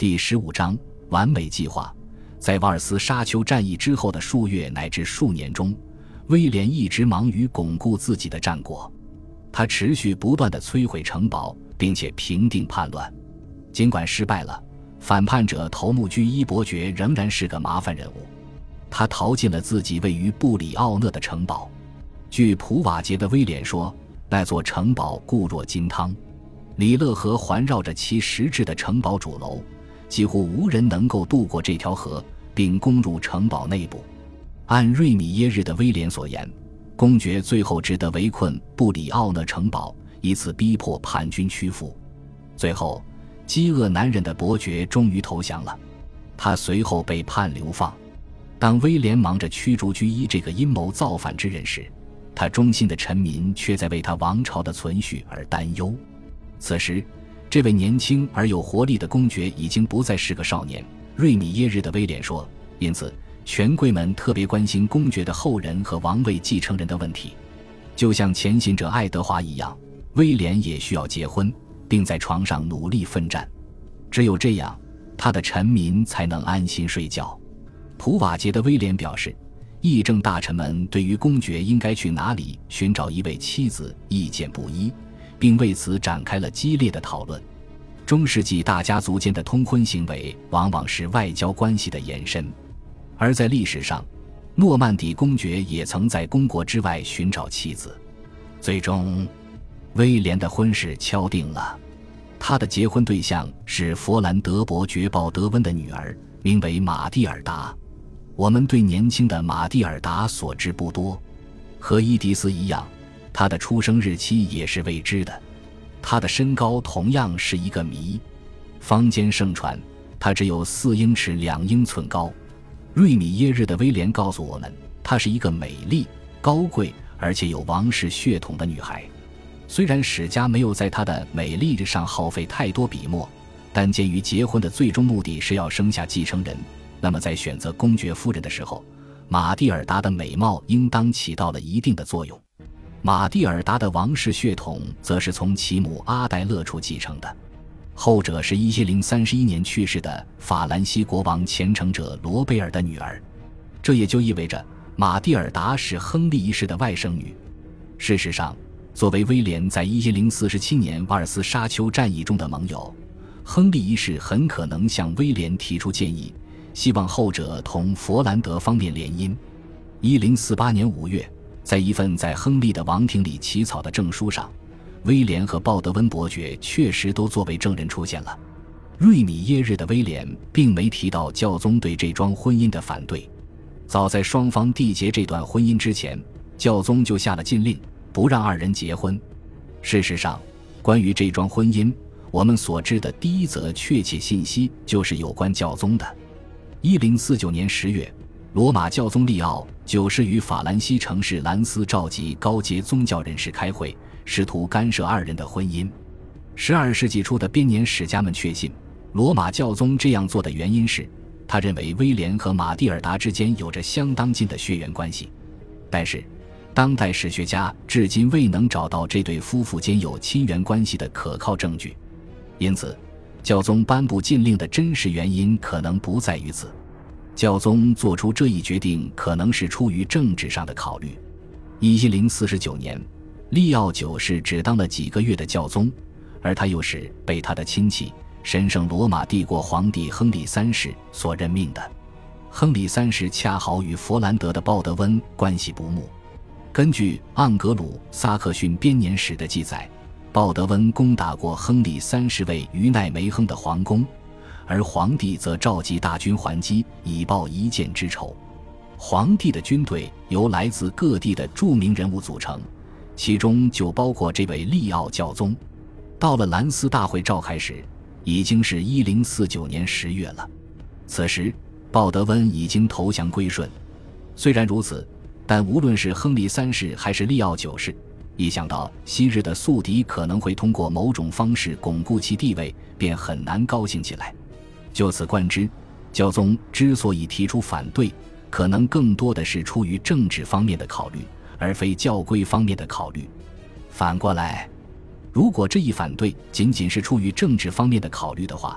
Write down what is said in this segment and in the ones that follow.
第15章完美计划。在瓦尔斯沙丘战役之后的数月乃至数年中，威廉一直忙于巩固自己的战果。他持续不断地摧毁城堡，并且平定叛乱。尽管失败了，反叛者头目居伊伯爵仍然是个麻烦人物。他逃进了自己位于布里奥讷的城堡。据普瓦捷的威廉说，那座城堡固若金汤，里勒河环绕着其实质的城堡主楼，几乎无人能够渡过这条河并攻入城堡内部。按瑞米耶日的威廉所言，公爵最后只得围困布里奥讷城堡，以此逼迫叛军屈服。最后饥饿难忍的伯爵终于投降了，他随后被判流放。当威廉忙着驱逐居伊这个阴谋造反之人时，他忠心的臣民却在为他王朝的存续而担忧。此时这位年轻而有活力的公爵已经不再是个少年，瑞米耶日的威廉说，因此权贵们特别关心公爵的后人和王位继承人的问题。就像前行者爱德华一样，威廉也需要结婚，并在床上努力奋战。只有这样，他的臣民才能安心睡觉。普瓦捷的威廉表示，议政大臣们对于公爵应该去哪里寻找一位妻子意见不一，并为此展开了激烈的讨论。中世纪大家族间的通婚行为往往是外交关系的延伸，而在历史上，诺曼底公爵也曾在公国之外寻找妻子。最终威廉的婚事敲定了，他的结婚对象是佛兰德伯爵鲍德温的女儿，名为玛蒂尔达。我们对年轻的玛蒂尔达所知不多，和伊迪丝一样，她的出生日期也是未知的。她的身高同样是一个谜，坊间盛传她只有4英尺2英寸高。瑞米耶日的威廉告诉我们，她是一个美丽、高贵而且有王室血统的女孩。虽然史家没有在她的美丽上耗费太多笔墨，但鉴于结婚的最终目的是要生下继承人，那么在选择公爵夫人的时候，玛蒂尔达的美貌应当起到了一定的作用。玛蒂尔达的王室血统则是从其母阿黛勒处继承的，后者是1031年去世的法兰西国王虔诚者罗贝尔的女儿。这也就意味着玛蒂尔达是亨利一世的外甥女。事实上，作为威廉在1047年瓦尔斯沙丘战役中的盟友，亨利一世很可能向威廉提出建议，希望后者同佛兰德方面联姻。1048年5月，在一份在亨利的王庭里起草的证书上，威廉和鲍德温伯爵确实都作为证人出现了。瑞米耶日的威廉并没提到教宗对这桩婚姻的反对。早在双方缔结这段婚姻之前，教宗就下了禁令，不让二人结婚。事实上，关于这桩婚姻，我们所知的第一则确切信息就是有关教宗的。1049年10月，罗马教宗利奥9世于法兰西城市兰斯召集高阶宗教人士开会，试图干涉二人的婚姻。12世纪初的编年史家们确信，罗马教宗这样做的原因是，他认为威廉和玛蒂尔达之间有着相当近的血缘关系。但是，当代史学家至今未能找到这对夫妇间有亲缘关系的可靠证据。因此，教宗颁布禁令的真实原因可能不在于此。教宗做出这一决定可能是出于政治上的考虑。1049年，利奥9世只当了几个月的教宗，而他又是被他的亲戚神圣罗马帝国皇帝亨利3世所任命的。亨利3世恰好与佛兰德的鲍德温关系不睦。根据盎格鲁撒克逊编年史的记载，鲍德温攻打过亨利3世位于奈梅亨的皇宫，而皇帝则召集大军还击，以报一箭之仇。皇帝的军队由来自各地的著名人物组成，其中就包括这位利奥教宗。到了兰斯大会召开时，已经是1049年10月了。此时鲍德温已经投降归顺。虽然如此，但无论是亨利3世还是利奥9世，一想到昔日的宿敌可能会通过某种方式巩固其地位，便很难高兴起来。就此观之，教宗之所以提出反对，可能更多的是出于政治方面的考虑，而非教规方面的考虑。反过来，如果这一反对仅仅是出于政治方面的考虑的话，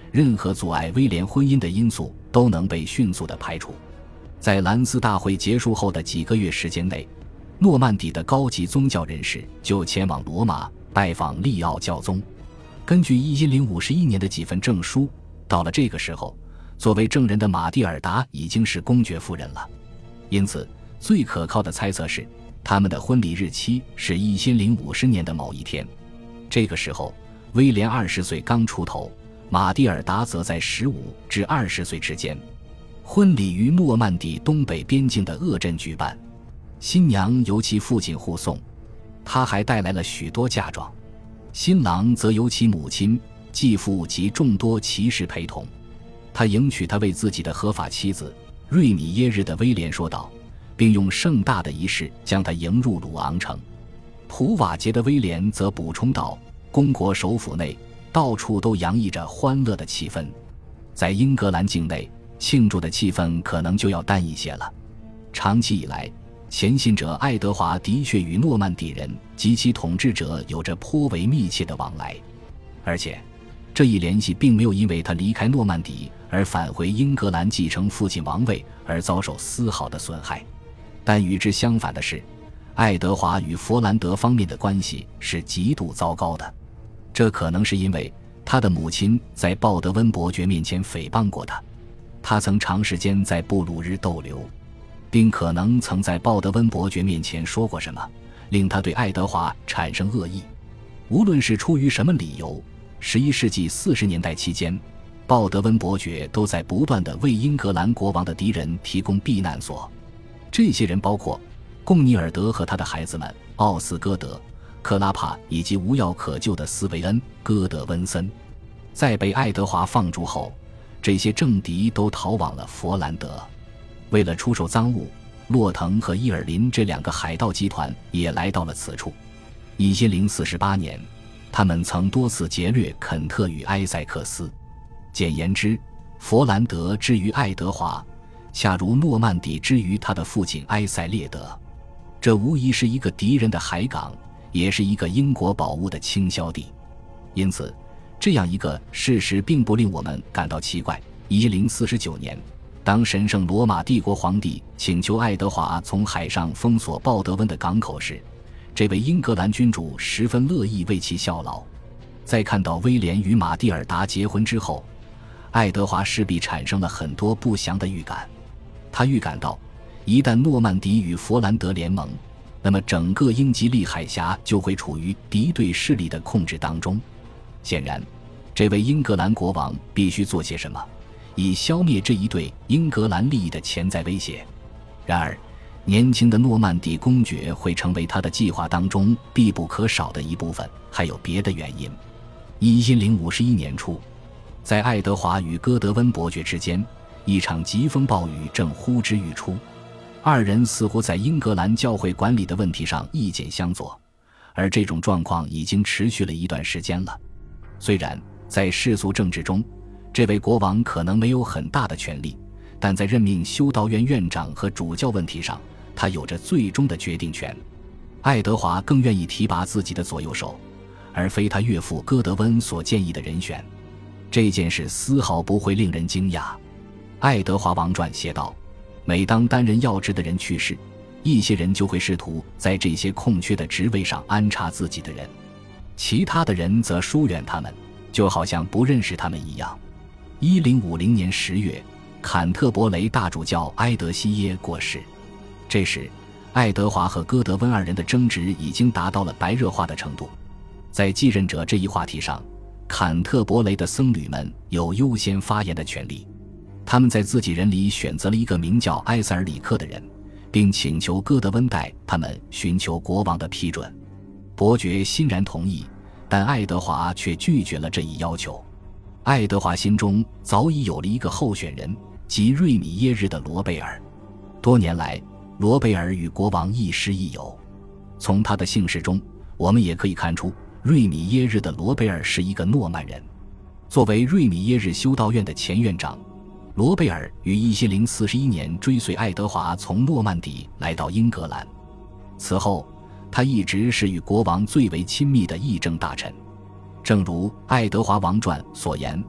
任何阻碍威廉婚姻的因素都能被迅速地排除。在兰斯大会结束后的几个月时间内，诺曼底的高级宗教人士就前往罗马拜访利奥教宗。根据1051年的几份证书，到了这个时候，作为证人的玛蒂尔达已经是公爵夫人了。因此最可靠的猜测是，他们的婚礼日期是1050年的某一天。这个时候威廉20岁刚出头，玛蒂尔达则在15至20岁之间。婚礼于诺曼底东北边境的鄂镇举办，新娘由其父亲护送，他还带来了许多嫁妆，新郎则由其母亲、继父及众多骑士陪同。他迎娶他为自己的合法妻子瑞米耶日的威廉说道，并用盛大的仪式将她迎入鲁昂城。普瓦捷的威廉则补充道，公国首府内到处都洋溢着欢乐的气氛，在英格兰境内庆祝的气氛可能就要淡一些了。长期以来，前信者爱德华的确与诺曼底人及其统治者有着颇为密切的往来，而且这一联系并没有因为他离开诺曼底而返回英格兰继承父亲王位而遭受丝毫的损害。但与之相反的是，爱德华与佛兰德方面的关系是极度糟糕的。这可能是因为他的母亲在鲍德温伯爵面前诽谤过他，他曾长时间在布鲁日逗留，并可能曾在鲍德温伯爵面前说过什么，令他对爱德华产生恶意。无论是出于什么理由，11世纪40年代期间，鲍德温伯爵都在不断地为英格兰国王的敌人提供避难所。这些人包括贡尼尔德和他的孩子们奥斯戈德、克拉帕以及无药可救的斯维恩·戈德温森。在被爱德华放逐后，这些政敌都逃往了佛兰德。为了出售赃物，洛腾和伊尔林这两个海盗集团也来到了此处。1048年，他们曾多次劫掠肯特与埃塞克斯。简言之，佛兰德之于爱德华，恰如诺曼底之于他的父亲埃塞列德。这无疑是一个敌人的海港，也是一个英国宝物的倾销地。因此这样一个事实并不令我们感到奇怪。1049年，当神圣罗马帝国皇帝请求爱德华从海上封锁鲍德温的港口时，这位英格兰君主十分乐意为其效劳。在看到威廉与玛蒂尔达结婚之后，爱德华势必产生了很多不祥的预感。他预感到，一旦诺曼底与佛兰德联盟，那么整个英吉利海峡就会处于敌对势力的控制当中。显然，这位英格兰国王必须做些什么，以消灭这一对英格兰利益的潜在威胁。然而，年轻的诺曼底公爵会成为他的计划当中必不可少的一部分，还有别的原因。1051年初，在爱德华与戈德温伯爵之间，一场疾风暴雨正呼之欲出。二人似乎在英格兰教会管理的问题上意见相左，而这种状况已经持续了一段时间了。虽然在世俗政治中，这位国王可能没有很大的权力，但在任命修道院院长和主教问题上，他有着最终的决定权。爱德华更愿意提拔自己的左右手，而非他岳父戈德温所建议的人选。这件事丝毫不会令人惊讶。爱德华王传写道，每当担任要职的人去世，一些人就会试图在这些空缺的职位上安插自己的人，其他的人则疏远他们，就好像不认识他们一样。1050年10月，坎特伯雷大主教埃德西耶过世。这时，爱德华和戈德温二人的争执已经达到了白热化的程度。在继任者这一话题上，坎特伯雷的僧侣们有优先发言的权利。他们在自己人里选择了一个名叫埃塞尔里克的人，并请求戈德温代他们寻求国王的批准。伯爵欣然同意，但爱德华却拒绝了这一要求。爱德华心中早已有了一个候选人，即瑞米耶日的罗贝尔。多年来，罗贝尔与国王亦师亦友。从他的姓氏中，我们也可以看出瑞米耶日的罗贝尔是一个诺曼人。作为瑞米耶日修道院的前院长，罗贝尔于1041年追随爱德华从诺曼底来到英格兰。此后，他一直是与国王最为亲密的议政大臣。正如爱德华王传所言，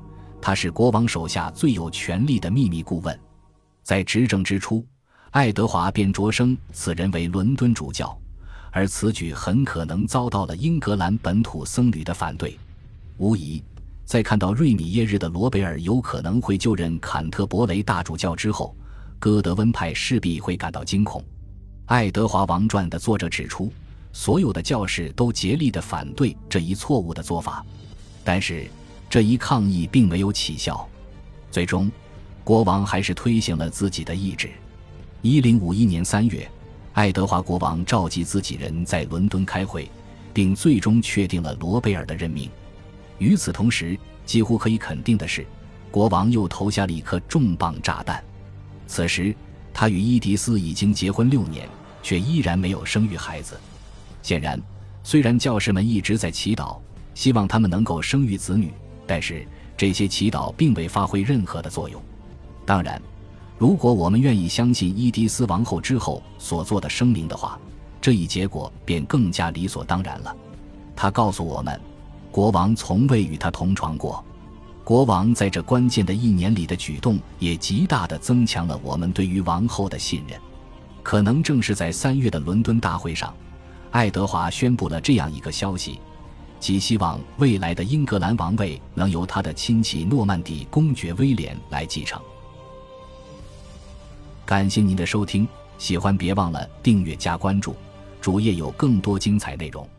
他是国王手下最有权力的秘密顾问。在执政之初，爱德华便擢升此人为伦敦主教，而此举很可能遭到了英格兰本土僧侣的反对。无疑，在看到瑞米耶日的罗贝尔有可能会就任坎特伯雷大主教之后，哥德温派势必会感到惊恐。《爱德华王传》的作者指出，所有的教士都竭力地反对这一错误的做法，但是这一抗议并没有起效。最终，国王还是推行了自己的意志。1051年3月，爱德华国王召集自己人在伦敦开会，并最终确定了罗贝尔的任命。与此同时，几乎可以肯定的是，国王又投下了一颗重磅炸弹。此时，他与伊迪丝已经结婚6年，却依然没有生育孩子。显然，虽然教士们一直在祈祷，希望他们能够生育子女，但是这些祈祷并未发挥任何的作用。当然，如果我们愿意相信伊迪丝王后之后所做的声明的话，这一结果便更加理所当然了。他告诉我们，国王从未与他同床过。国王在这关键的1年里的举动也极大地增强了我们对于王后的信任。可能正是在3月的伦敦大会上，爱德华宣布了这样一个消息，即希望未来的英格兰王位能由他的亲戚诺曼底公爵威廉来继承。感谢您的收听，喜欢别忘了订阅加关注，主页有更多精彩内容。